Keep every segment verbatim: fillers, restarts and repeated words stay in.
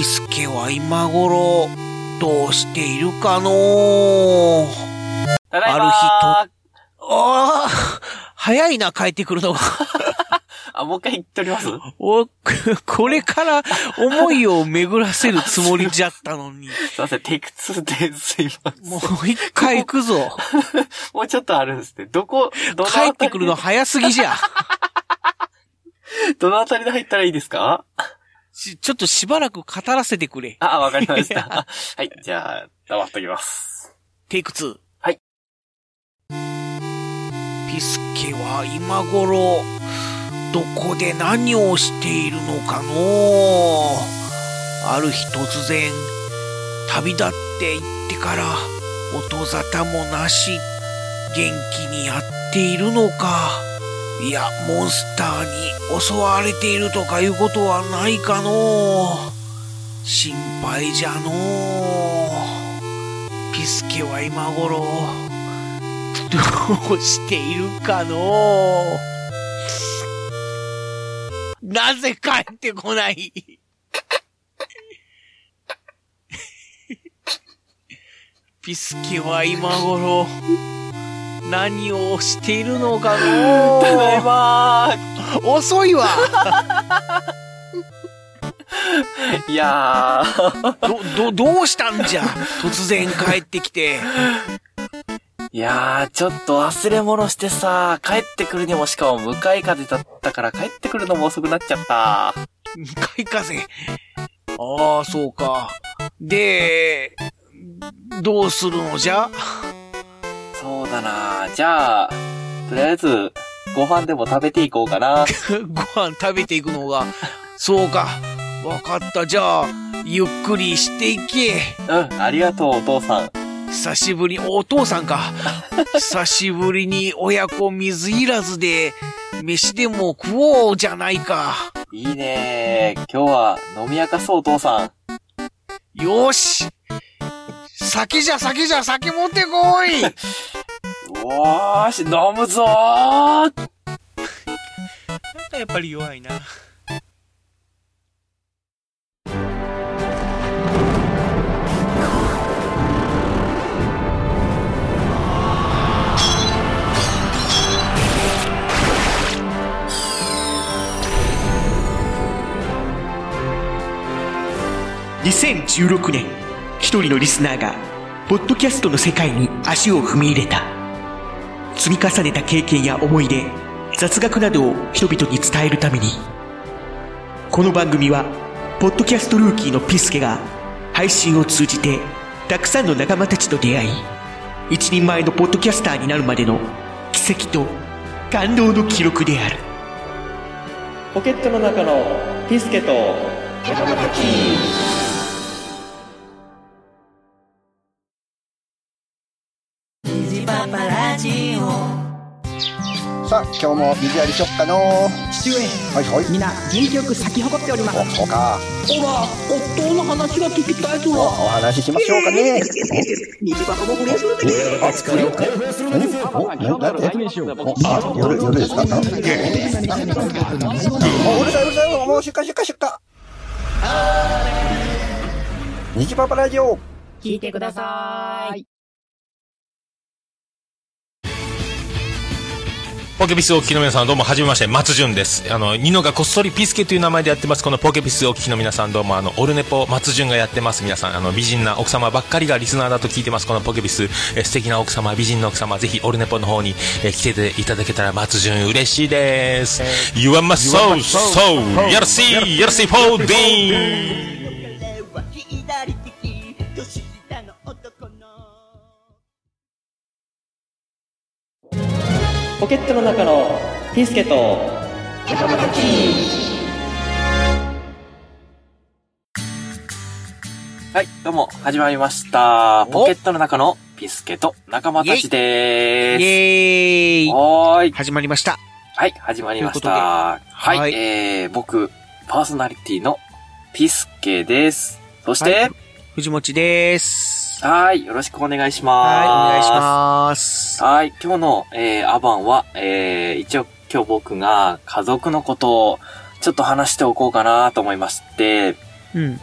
スケは今頃どうしているかの。 ただいまー。 ある日と、ああ、早いな、帰ってくるのが。 あ、もう一回言っております？ お、これから思いを巡らせるつもりじゃったのに。 すいません、テイクツーですいません。 もう一回行くぞ。 もうちょっとあるんですね。どこ、どのあたり帰ってくるの早すぎじゃ。 どのあたりで入ったらいいですか？ ちょっとしばらく語らせてくれ。 あ、わかりました。はい、じゃあ、黙っときます。 テイクツー。 はい。 ピスケは今頃、どこで何をしているのかの。ある日突然、旅立って行ってから、音沙汰もなし、元気にやっているのか。いや、モンスターに襲われているとかいうことはないかの。心配じゃの。ピスケは今頃、どうしているかの。なぜ帰ってこないピスケは今頃、何をしているのかの。 ただいまー。遅いわ。 いやー。ど、ど、どうしたんじゃ。突然帰ってきて。 いやー、ちょっと忘れ物してさ、帰ってくるにもしかも向かい風だったから帰ってくるのも遅くなっちゃった。 向かい風。ああ、そうか。で、どうするのじゃ？ そうだな。じゃあ、とりあえず、ご飯でも食べていこうかな。 ご飯食べていくのが、そうか。わかった。じゃあ、ゆっくりしていけ。 うん、ありがとう、お父さん。 久しぶり、お父さんか。久しぶりに親子水入らずで、飯でも食おうじゃないか。 いいね。今日は飲み明かそう、お父さん。よし。酒じゃ酒じゃ酒持ってこい。 おーし、飲むぞー。 やっぱり弱いな。にせんじゅうろくねん、一人のリスナーがポッドキャストの世界に足を踏み入れた。積み重ねた経験や思い出、雑学などを人々に伝えるために、この番組はポッドキャストルーキーのピスケが配信を通じてたくさんの仲間たちと出会い、一人前のポッドキャスターになるまでの奇跡と感動の記録である。 ポケットの中のピスケと仲間たち。 さあ、今日も水やりしよっかの。 父上、 はいはい、 みんな元気よく咲き誇っております。 お、そうか。 ほら、夫の話が聞きたいとは。 お話ししましょうかね。 道端も不倫するだけ。 あ、不倫？お、な、なんで？あ、夜、夜ですか？お、うるさいうるさい、もう出荷出荷出荷。虹パパラジオ。 聞いてください。 ポケピスをお聞きの皆さんどうもはじめまして、松潤です。あのニノがこっそりピスケという名前でやってますこのポケピスをお聞きの皆さんどうも、あのオルネポ松潤がやってます。皆さん、あの美人な奥様ばっかりがリスナーだと聞いてますこのポケピス。え素敵な奥様、美人の奥様、ぜひオルネポの方にえ来ていただけたら松潤嬉しいです。 You are my soul, soul やらしいやらしいフォーディー。 ポケットの中のピスケと仲間たち。はい、どうも始まりました。ポケットの中のピスケと仲間たちでーす。 イエーイ。 はーい、 始まりました。 はい、始まりました。はい、はい、えー、僕パーソナリティのピスケです。そして、はい、 藤持です。 はい、よろしくお願いします。 はい、お願いします。 はい、今日の、えー、アバンは、えー、一応今日僕が家族のことをちょっと話しておこうかなと思いまして、 うん、 で、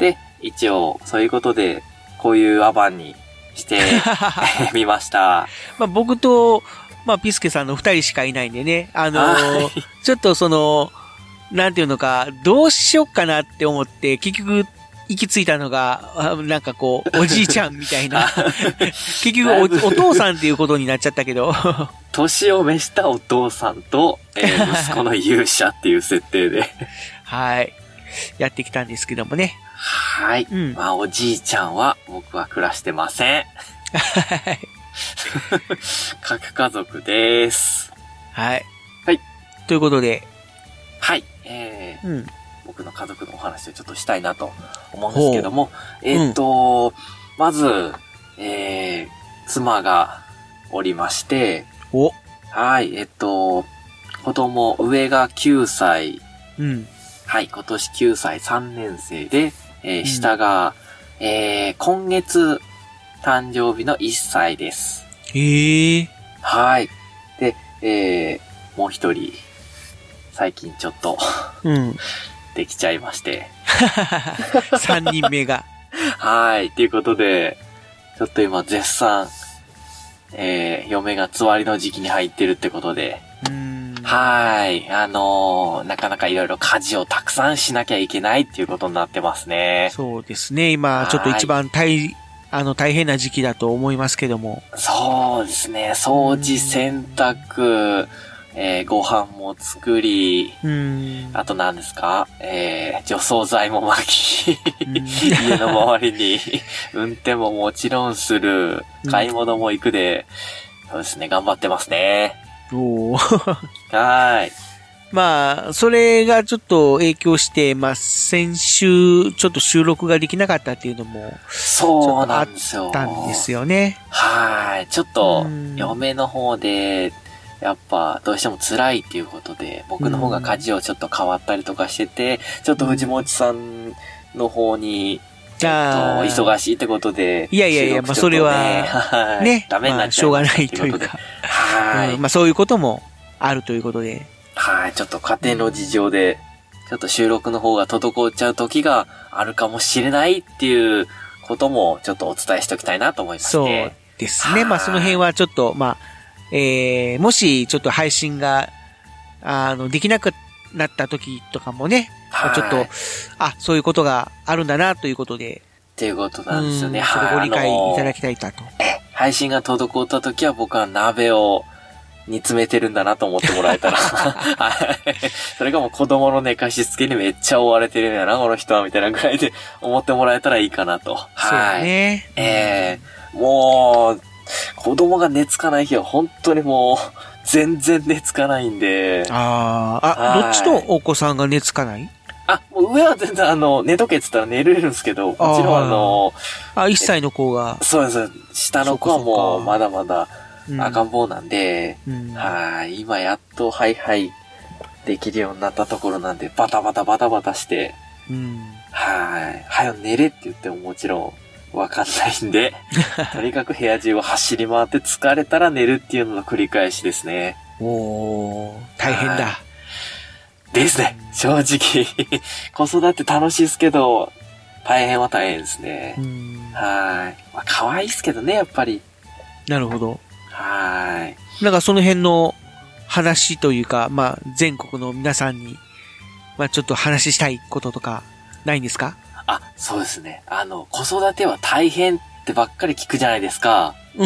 一応、そういうことで、こういうアバンにしてみました。 まあ僕と、まあピスケさんの二人しかいないんでね、あのー、ちょっとその、なんていうのか、どうしよっかなって思って、結局、行き着いたのが、なんかこう、おじいちゃんみたいな。結局お、お父さんっていうことになっちゃったけど。 年を召したお父さんと、えー、息子の勇者っていう設定で。 はい。やってきたんですけどもね。 はい。うん、まあ、おじいちゃんは僕は暮らしてません。はい。核家族です。 はい。 はい。 ということで。 はい。えー、うん、僕の家族のお話をちょっとしたいなと思うんですけども、えっと、うん、まず、えー、妻がおりまして、 おはい、えっと、子供、上がきゅうさい、 うん、 はい、今年きゅうさいさんねん生で、えー、下が、うん、えー、今月誕生日のいっさいです。 へー。 はい。で、えー、もう一人、最近ちょっと、 うん、 できちゃいまして。 三人目が。 はい。ということで、ちょっと今絶賛、えー、嫁がつわりの時期に入ってるってことで、 うんはい。あのー、なかなかいろいろ家事をたくさんしなきゃいけないっていうことになってますね。 そうですね。今、ちょっと一番大、あの、大変な時期だと思いますけども。 そうですね。掃除、洗濯、えー、ご飯も作り、 うんあと何ですか、えー、除草剤も巻き、家の周りに運転ももちろんする、買い物も行くで、うん、そうですね、頑張ってますね。 おーはい。 まあ、それがちょっと影響して、まあ、先週、ちょっと収録ができなかったっていうのも、 そうなんですよ。 あったんですよね。 はい。ちょっと、嫁の方で、やっぱ、どうしても辛いっていうことで、僕の方が家事をちょっと変わったりとかしてて、ちょっと藤本さんの方に、ちょっと忙しいってことで、 いやいやいや、まあそれは、ね、 ダメになっちゃう。しょうがないというか、 はい。 まあそういうこともあるということで。 はい、ちょっと家庭の事情で、ちょっと収録の方が滞っちゃう時があるかもしれないっていうことも、ちょっとお伝えしておきたいなと思いますね。 そうですね。まあその辺はちょっと、まあ、えー、もしちょっと配信が、あの、できなくなった時とかもね、ちょっと、あ、そういうことがあるんだなということで。 っていうことなんですよね。 それご理解いただきたいかと。 え、配信が滞った時は僕は鍋を煮詰めてるんだなと思ってもらえたら。それがもう子供の寝かしつけにめっちゃ追われてるんやな、この人は、みたいなぐらいで思ってもらえたらいいかなと。はい。 そうね。 えー、もう、子供が寝つかない日は本当にもう、全然寝つかないんで。 ああ、あ、どっちとお子さんが寝つかない？ あ、もう上は全然あの、寝とけって言ったら寝れるんですけど、もちろんあの、 あ、いっさいの子が。 そうです。下の子はもうまだまだ赤ん坊なんで、 うん、 はい、今やっとハイハイできるようになったところなんで、バタバタバタバタして、 うん、 はい、はよ寝れって言ってももちろんわかんないんで、とにかく部屋中を走り回って疲れたら寝るっていうのの繰り返しですね。 おー、大変だ。 ですね。正直。子育て楽しいですけど、大変は大変ですね。 うん、 はい。まあ、可愛いですけどね、やっぱり。 なるほど。 はい。 なんかその辺の話というか、まあ、全国の皆さんに、まあ、ちょっと話したいこととか、ないんですか？ あ、そうですね。あの、子育ては大変ってばっかり聞くじゃないですか。 うん。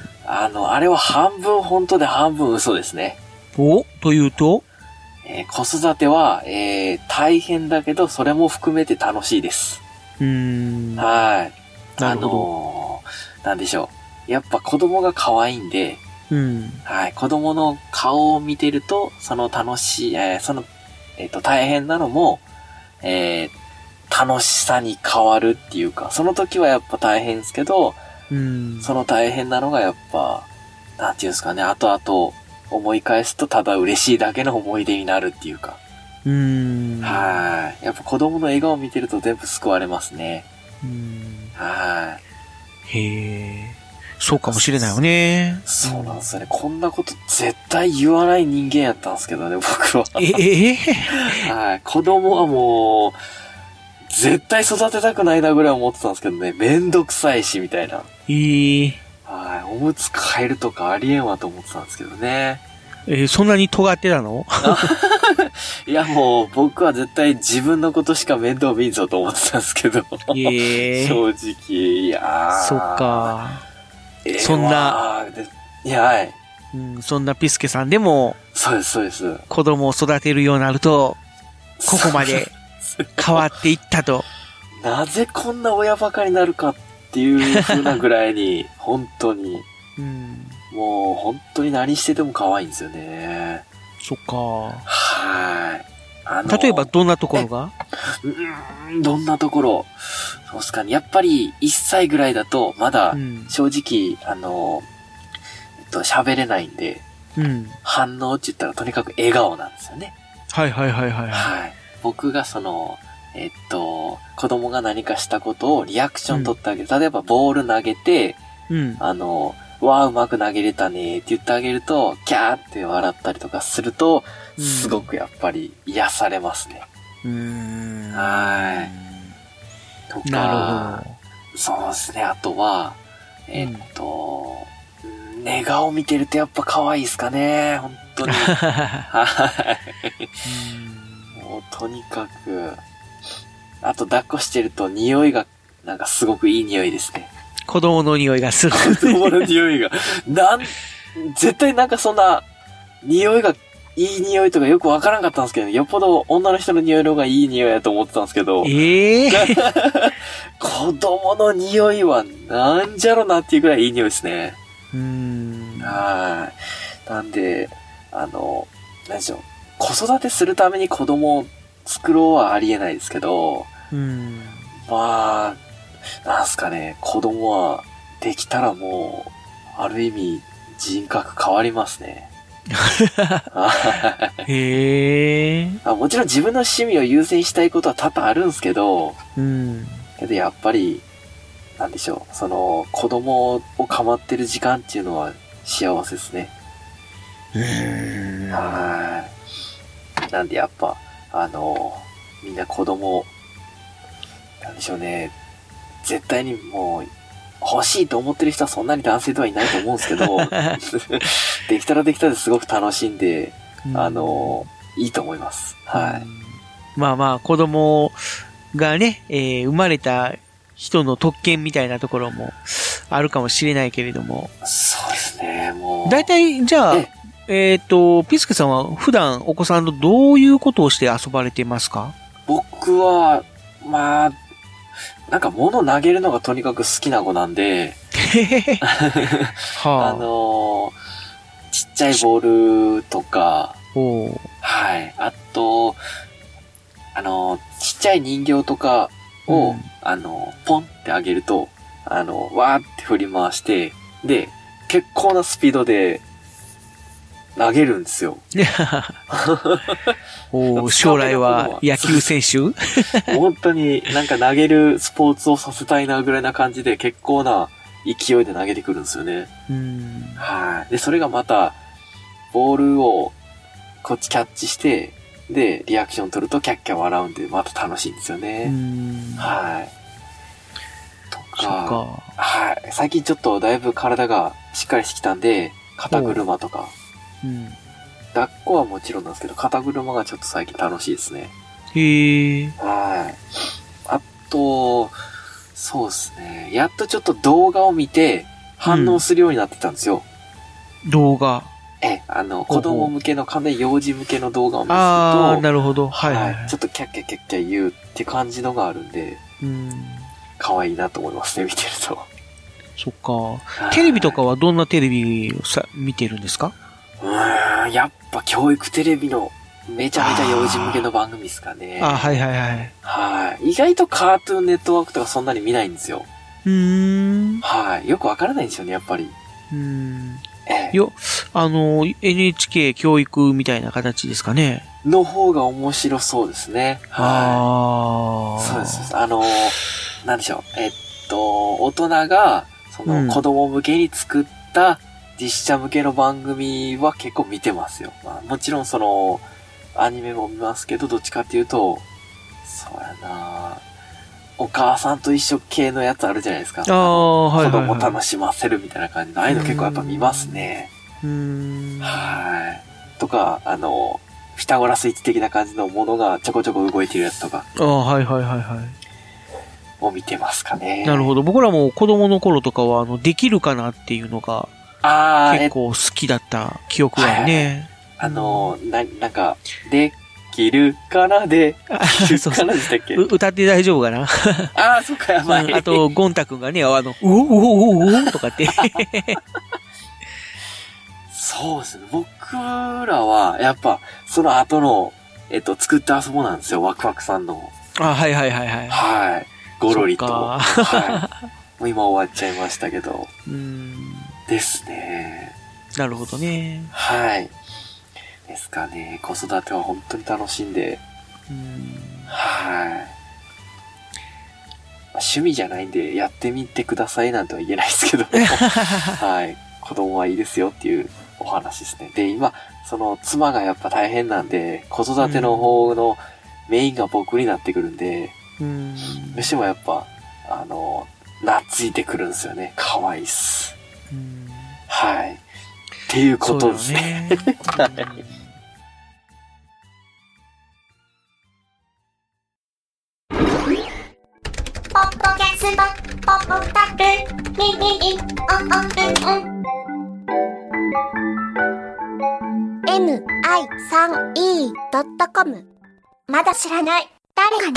あの、あれは半分本当で半分嘘ですね。 お？というと？ えー、子育ては、えー、大変だけど、それも含めて楽しいです。 うーん。 はい。 なるほど。 あのー、なんでしょう。やっぱ子供が可愛いんで、 うん。 はい。子供の顔を見てると、その楽しい、えー、その、えっと、大変なのも、えー、楽しさに変わるっていうか、その時はやっぱ大変ですけど、 うん。 その大変なのがやっぱ、なんていうんですかね、後々思い返すとただ嬉しいだけの思い出になるっていうか。 うーん。 はい。やっぱ子供の笑顔を見てると全部救われますね。 うん。 はい。 へえ。そうかもしれないよね。 そうなんですよね。こんなこと絶対言わない人間やったんですけどね、僕は。 ええはい。子供はもう、 絶対育てたくないなぐらい思ってたんですけどね、めんどくさいし、みたいな。 えー、 はい。おむつ変えるとかありえんわと思ってたんですけどね。 えー、そんなに尖ってたの？ いやもう僕は絶対自分のことしか面倒見んぞと思ってたんですけど。 えー、 正直、いやー。 そっか。 えー、 そんな、 いや、はい。 うん、そんなピスケさんでも、 そうです、そうです。 子供を育てるようになると、ここまで変わっていったと。 なぜこんな親バカになるかっていう風なぐらいに、本当に。 うん、 もう本当に何してても可愛いんですよね。 そっか。 はい。あの例えばどんなところが？ うーん、どんなところそうっすかね。やっぱりいっさいぐらいだとまだ正直、うん、あの、えっと、喋れないんで、 うん、 反応って言ったらとにかく笑顔なんですよね。 はいはいはいはい。 はい。僕がその、えっと、子供が何かしたことをリアクション取ってあげる。うん、例えばボール投げて、 うん、 あの、わーうまく投げれたねって言ってあげると、キャーって笑ったりとかすると、すごくやっぱり癒されますね。 うーん。 はい。とか、なるほど。そうですね。あとは、えー、っと、うん、寝顔見てるとやっぱ可愛いですかね。本当に。はい。もうとにかく、あと抱っこしてると匂いがなんかすごくいい匂いですね。 子供の匂いがする。 子供の匂いが。なん、絶対なんかそんな、匂いが、いい匂いとかよくわからんかったんですけど、よっぽど女の人の匂いの方がいい匂いやと思ってたんですけど。 ええー、 子供の匂いはなんじゃろなっていうくらいいい匂いですね。 うーん。 はい。なんで、あの、何でしょう。子育てするために子供を作ろうはありえないですけど、 うん。 まあ、なんすかね、子供はできたらもう、ある意味人格変わりますね。 へえ。 あ、もちろん自分の趣味を優先したいことは多々あるんですけど、 うん。 けどやっぱり、なんでしょう、その、子供を構ってる時間っていうのは幸せですね。 うーん。 はい。なんでやっぱ、あの、みんな子供、なんでしょうね、絶対にもう、欲しいと思ってる人はそんなに男性ではいないと思うんですけど、できたらできたですごく楽しんで、うん、あの、いいと思います。はい。 まあまあ、子供がね、えー、生まれた人の特権みたいなところもあるかもしれないけれども。 そうですね、もう。 大体、じゃあ、えっと、ピスケさんは普段お子さんとどういうことをして遊ばれてますか？ 僕は、まあ、なんか物投げるのがとにかく好きな子なんで、はあ、あのー、ちっちゃいボールとか、はい。あと、あのー、ちっちゃい人形とかを、うん、あのー、ポンってあげると、あのー、わーって振り回して、で、結構なスピードで投げるんですよ。 お将来は野球選手本当になんか投げるスポーツをさせたいなぐらいな感じで結構な勢いで投げてくるんですよね。 うんはい。で、それがまた、ボールをこっちキャッチして、で、リアクション取るとキャッキャ笑うんで、また楽しいんですよね。 うんはい。とか、 かはい。最近ちょっとだいぶ体がしっかりしてきたんで、肩車とか、 うん、 抱っこはもちろんなんですけど、肩車がちょっと最近楽しいですね。 へー。 はい。あと、そうですね。やっとちょっと動画を見て反応するようになってたんですよ。 うん、動画え、あの、子供向けの、完全幼児向けの動画を見ると、 ああ、なるほど。はい、はい、 はい。ちょっとキャッキャキャッキャ言うって感じのがあるんで、 うん。 可愛いなと思いますね、見てると。 そっか。テレビとかはどんなテレビをさ見てるんですか？ うーん、やっぱ教育テレビのめちゃめちゃ幼児向けの番組ですかね。 ああ、はいはいはい。 はい。意外とカートゥーンネットワークとかそんなに見ないんですよ。 うーん。 はい。よくわからないんですよね、やっぱり。 うーん。 ええ、 よ、あの、エヌエイチケー 教育みたいな形ですかね。 の方が面白そうですね。はい。そうです。あの、なんでしょう。えっと、大人が、その子供向けに作った実写向けの番組は結構見てますよ。まあ、もちろんその、アニメも見ますけど、どっちかっていうと、そうやなお母さんと一緒系のやつあるじゃないですか。 ああ、はい、はい。 子供楽しませるみたいな感じの、ああいうの結構やっぱ見ますね。 うーん。 はい。とか、あの、ピタゴラスイッチ的な感じのものがちょこちょこ動いてるやつとか。 ああ、はいはいはいはい。 を見てますかね。 なるほど。僕らも子供の頃とかは、あの、できるかなっていうのが、 あ結構好きだった記憶があるね。 あの、な、なんか、できるかなで、できるかなでしたっけ？ 歌って大丈夫かなああ、そっか、やばい。 うん、あと、ゴンタくんがね、あの、うおうおうおうおうとかって。 そうですね。僕らは、やっぱ、その後の、えっと、作って遊ぼうなんですよ。ワクワクさんの。 あ、はいはいはいはい。 はい。ゴロリと。 はい。 もう今終わっちゃいましたけど。 うん。 ですね。 なるほどね。 はい。ですかね。子育ては本当に楽しんで。 うん。 はい。趣味じゃないんで、やってみてくださいなんては言えないですけど。はい。子供はいいですよっていうお話ですね。で、今、その妻がやっぱ大変なんで、子育ての方のメインが僕になってくるんで、 うん。 どうしてもやっぱ、あの、懐いてくるんですよね。可愛いっす。 うん。 はい。っていうことですね。はい。 ポッドキャスト、ポッドタク、ミミミ、オンオンルン。エムアイスリーイードットコム まだ知らない誰かに。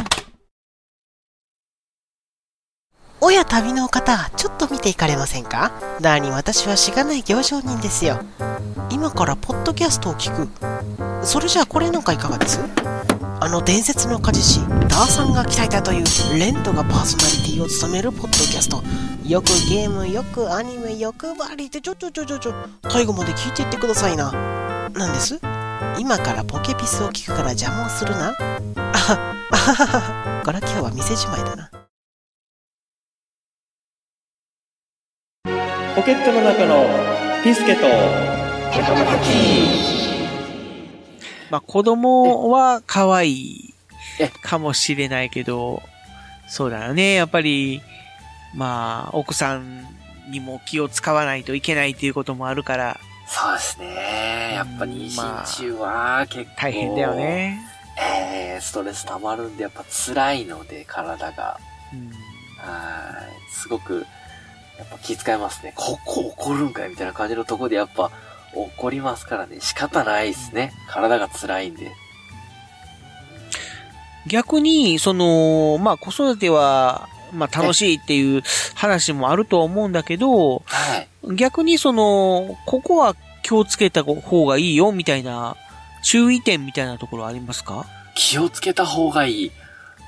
おや旅の方、ちょっと見ていかれませんか？なに、私はしがない行商人ですよ。今からポッドキャストを聞く。それじゃあこれなんかいかがです？あの伝説の家事師ダーさんが鍛えたというレントがパーソナリティを務めるポッドキャスト。よくゲーム、よくアニメ、欲張りでちょちょちょちょちょ最後まで聞いていってくださいな。なんです？今からポケピスを聞くから邪魔をするな。あはあはは。これは今日は店じまいだな。 ポケットの中のピスケとまあ子供は可愛いかもしれないけど、そうだよね。やっぱり、まあ奥さんにも気を使わないといけないっていうこともあるから。 そうですね。やっぱ妊娠中は結構、まあ、 大変だよね。 えー、ストレス溜まるんでやっぱ辛いので体が。 うん、 はい。すごく、やっぱ気遣いますね。ここ怒るんかいみたいな感じのとこでやっぱ怒りますからね。仕方ないですね。体が辛いんで。 逆に、その、まあ子育ては、まあ楽しいっていう話もあると思うんだけど、 はい、 逆にその、ここは気をつけた方がいいよみたいな注意点みたいなところありますか？ 気をつけた方がいい。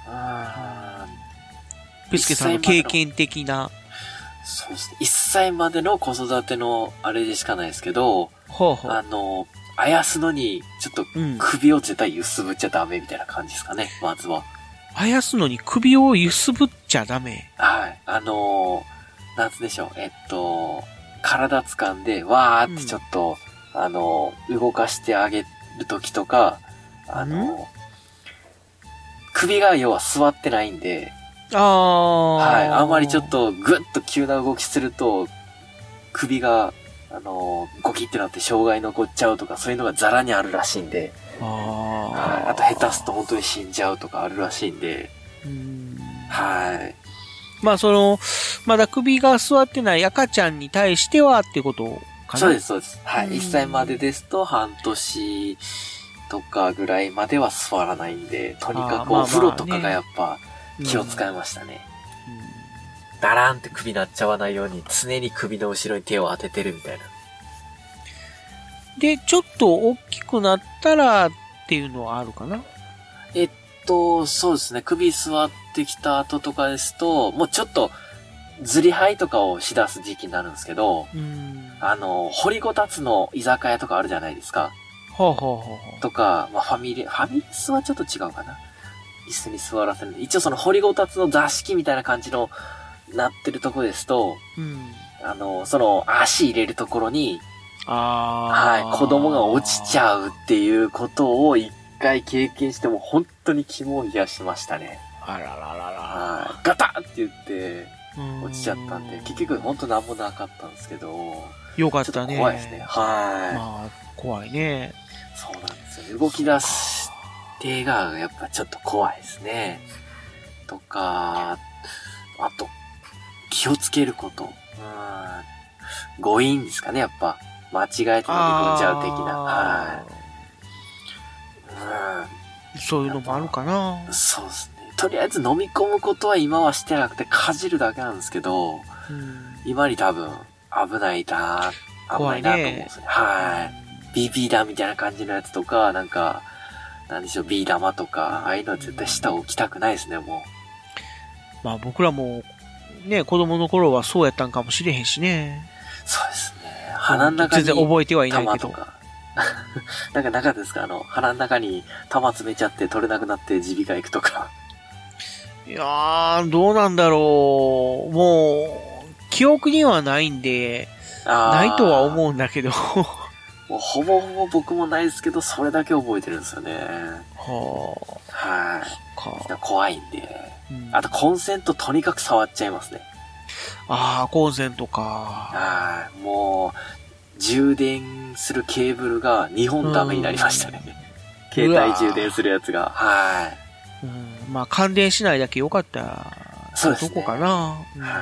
ピスケさんの経験的な。 そうですね。いっさいまでの子育てのあれでしかないですけど、 ほうほう、 あの、あやすのに、ちょっと首を絶対揺すぶっちゃダメみたいな感じですかね、まずは。 あやすのに首を揺すぶっちゃダメ？ はい。あの、なんつでしょう、えっと、体掴んで、わーってちょっと、うん、あの、動かしてあげるときとか、あの、うん、首が要は座ってないんで、 ああ。 はい。あんまりちょっとグッと急な動きすると、首が、あのー、ゴキってなって障害残っちゃうとか、そういうのがザラにあるらしいんで。 ああ。 はい。あと下手すと本当に死んじゃうとかあるらしいんで。 うん。 はい。 まあその、まだ首が座ってない赤ちゃんに対してはってことかな？ そうです、そうです。はい。いっさいまでですと半年とかぐらいまでは座らないんで、とにかくお風呂とかがやっぱ、気を使いましたね。うん、ダラーンって首なっちゃわないように常に首の後ろに手を当ててるみたいな。 で、ちょっと大きくなったらっていうのはあるかな？ えっと、そうですね。首座ってきた後とかですと、もうちょっとずり肺とかをしだす時期になるんですけど、 うん、 あの、掘りごたつの居酒屋とかあるじゃないですか。 ほうほうほうほう。 とか、まあファミレ、ファミレスはちょっと違うかな。椅子に座らせる。一応その掘りごたつの座敷みたいな感じのなってるとこですと、 うん、 あの、その足入れるところに、 あはい、子供が落ちちゃうっていうことを一回経験しても本当に肝を冷やしましたね。 あらららら。 はい。ガタッって言って、落ちちゃったんで、結局ほんとなんもなかったんですけど。 よかったね。 怖いですね。はい。 まあ、怖いね。 そうなんですよね。動き出してが、やっぱちょっと怖いですね。とか、あと、気をつけること。うん。誤飲ですかね、やっぱ。間違えて飲み込んじゃう的な。はい。うん。 そういうのもあるかな。 そうですね。とりあえず飲み込むことは今はしてなくて、かじるだけなんですけど、うん、今に多分、危ないな危ないなと思うんですね。はい。ビービー 弾みたいな感じのやつとか、なんか、なんでしょう、ビー玉とか、ああいうのは絶対下置きたくないですね、もう。まあ僕らも、ね、子供の頃はそうやったんかもしれへんしね。 そうですね。鼻の中に。 全然覚えてはいないけど。 玉とか。なんかなかったですか、あの、鼻の中に玉詰めちゃって取れなくなって耳鼻科行くとか。 いやー、どうなんだろう。もう、記憶にはないんで、ないとは思うんだけど。 もうほぼほぼ僕もないですけど、それだけ覚えてるんですよね。 はあ。はい。怖いんで。うん、あと、コンセントとにかく触っちゃいますね。 ああ、コンセントか。 はい。もう、充電するケーブルがにほんダメになりましたね。携帯充電するやつが。はい。 うん、まあ、感電しないだけよかった。 そうですね。 どこかな。 うん、はい。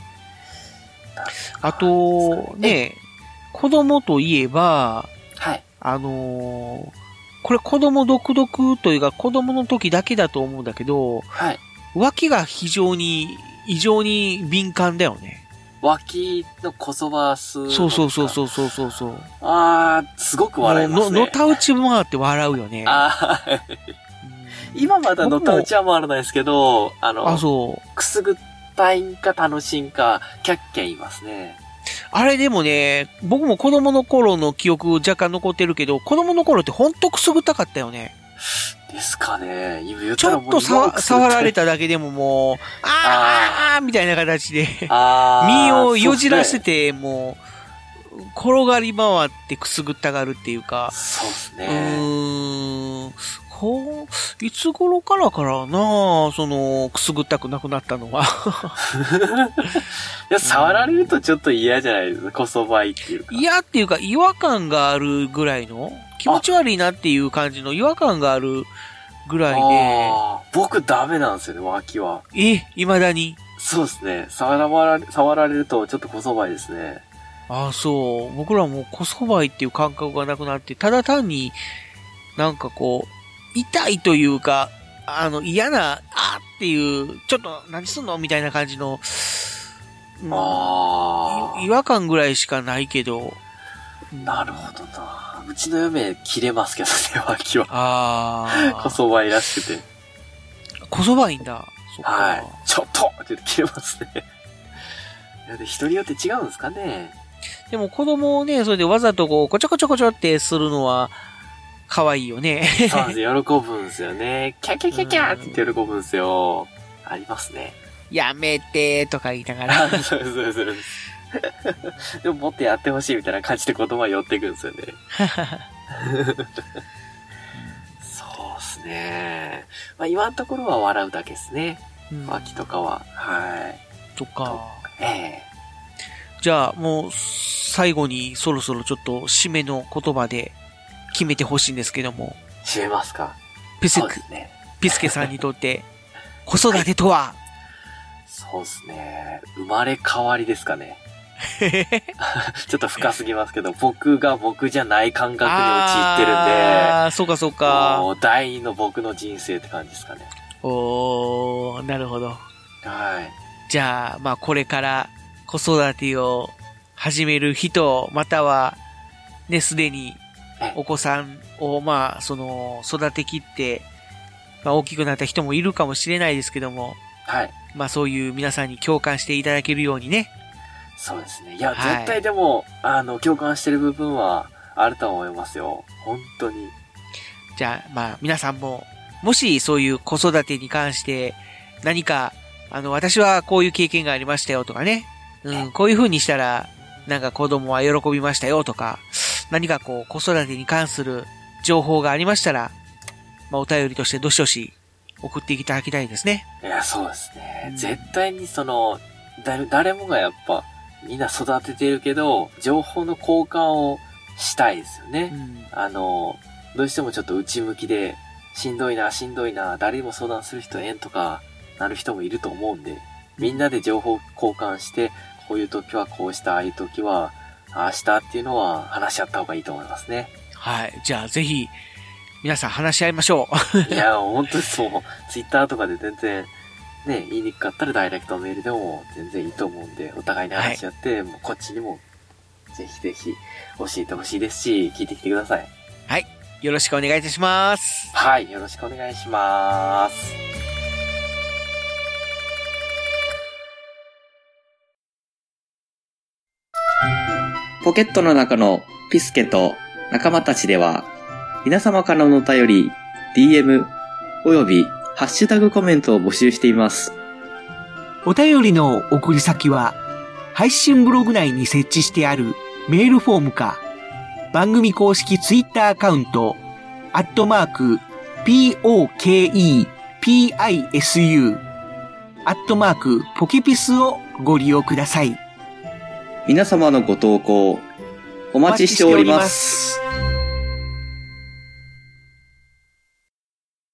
あと、ね、子供といえば、 はい。 あのー、これ子供独特というか子供の時だけだと思うんだけど、 はい。 脇が非常に、異常に敏感だよね。 脇のこそばす。 そうそうそうそうそうそうそう。 あー、すごく笑いますね。 の、のたうち回って笑うよね。 あー、今まだのたうちは回らないですけど、あの、 あ、そう。 くすぐったいんか楽しいんか、キャッキャ言いますね。 あれでもね、僕も子供の頃の記憶若干残ってるけど、子供の頃ってほんとくすぐったかったよね。 ですかね。今言っちょっと触られただけでももう、あーあーみたいな形で、身をよじらせて、もう、転がり回ってくすぐったがるっていうか。 そうですね。 うーん。こう、いつ頃からからなその、くすぐったくなくなったのは。 いや、触られるとちょっと嫌じゃないですか。こそばいっていうか。 嫌っていうか、違和感があるぐらいの、気持ち悪いなっていう感じの違和感があるぐらいで。 僕ダメなんですよね、脇は。 え、未だに？ そうですね。触られ、触られるとちょっとこそばいですね。 ああ、そう。僕らもこそばいっていう感覚がなくなって、ただ単になんかこう、痛いというか、あの、嫌な、あーっていう、ちょっと何すんのみたいな感じの、 うん、あ違和感ぐらいしかないけど。 なるほどな。うちの嫁切れますけどね、脇は。 ああ。 こそばいらしくて。 こそばいんだ。そっか。 はい。ちょっとって言って切れますね。いやで人によって違うんですかね。 でも子供をね、それでわざとこう、こちょこちょこちょってするのは、可愛いよね。 そうなんですよ。喜ぶんですよね。キャキャキャキャって言って喜ぶんですよ。ありますね。 やめてーとか言いながら。 そうです、そうです、そうです。でももっとやってほしいみたいな感じで子供は寄ってくるんですよね。そうですね。まあ今のところは笑うだけですね。うん、脇とかは。はい。 とか。 ええー。じゃあもう最後にそろそろちょっと締めの言葉で決めてほしいんですけども。 締めますか。 ピスケ、ね、ピスケさんにとって子育てとは、はい、 そうですね。生まれ変わりですかね。ちょっと深すぎますけど、僕が僕じゃない感覚に陥ってるんで。 ああ、そうかそうか。 もう第二の僕の人生って感じですかね。 おー、なるほど。 はい。 じゃあ、まあこれから子育てを始める人、または、ね、すでにお子さんを、まあ、その、育てきって、まあ大きくなった人もいるかもしれないですけども。 はい。 まあそういう皆さんに共感していただけるようにね。 そうですね。いや、はい、絶対でも、あの、共感してる部分はあると思いますよ。本当に。 じゃあ、まあ、皆さんも、もしそういう子育てに関して何か、あの、私はこういう経験がありましたよとかね。うん、こういう風にしたら、なんか子供は喜びましたよとか、何かこう、子育てに関する情報がありましたら、まあ、お便りとしてどしどし送っていただきたいですね。 いや、そうですね。絶対にその、だ、誰もがやっぱ、みんな育ててるけど、情報の交換をしたいですよね。うん、あの、どうしてもちょっと内向きで、しんどいな、しんどいな、誰にも相談する人えんとか、なる人もいると思うんで、みんなで情報交換して、こういう時はこうした、ああいう時は、ああしたっていうのは話し合った方がいいと思いますね。 はい。じゃあぜひ、皆さん話し合いましょう。いや、本当にそう。ツイッターとかで全然、ね、言いにくかったらダイレクトメールでも全然いいと思うんで、お互いに話し合って、はい、もうこっちにも、ぜひぜひ教えてほしいですし、聞いてきてください。 はい。よろしくお願いいたします。 はい。よろしくお願いします。 ポケットの中のピスケと仲間たちでは、皆様からのお便り、ディーエム およびハッシュタグコメントを募集しています。 お便りの送り先は、配信ブログ内に設置してあるメールフォームか、番組公式ツイッターアカウント、アットマーク、ピーオーケーイーピーアイエスユー、アットマーク、ポケピスをご利用ください。 皆様のご投稿、お待ちしております。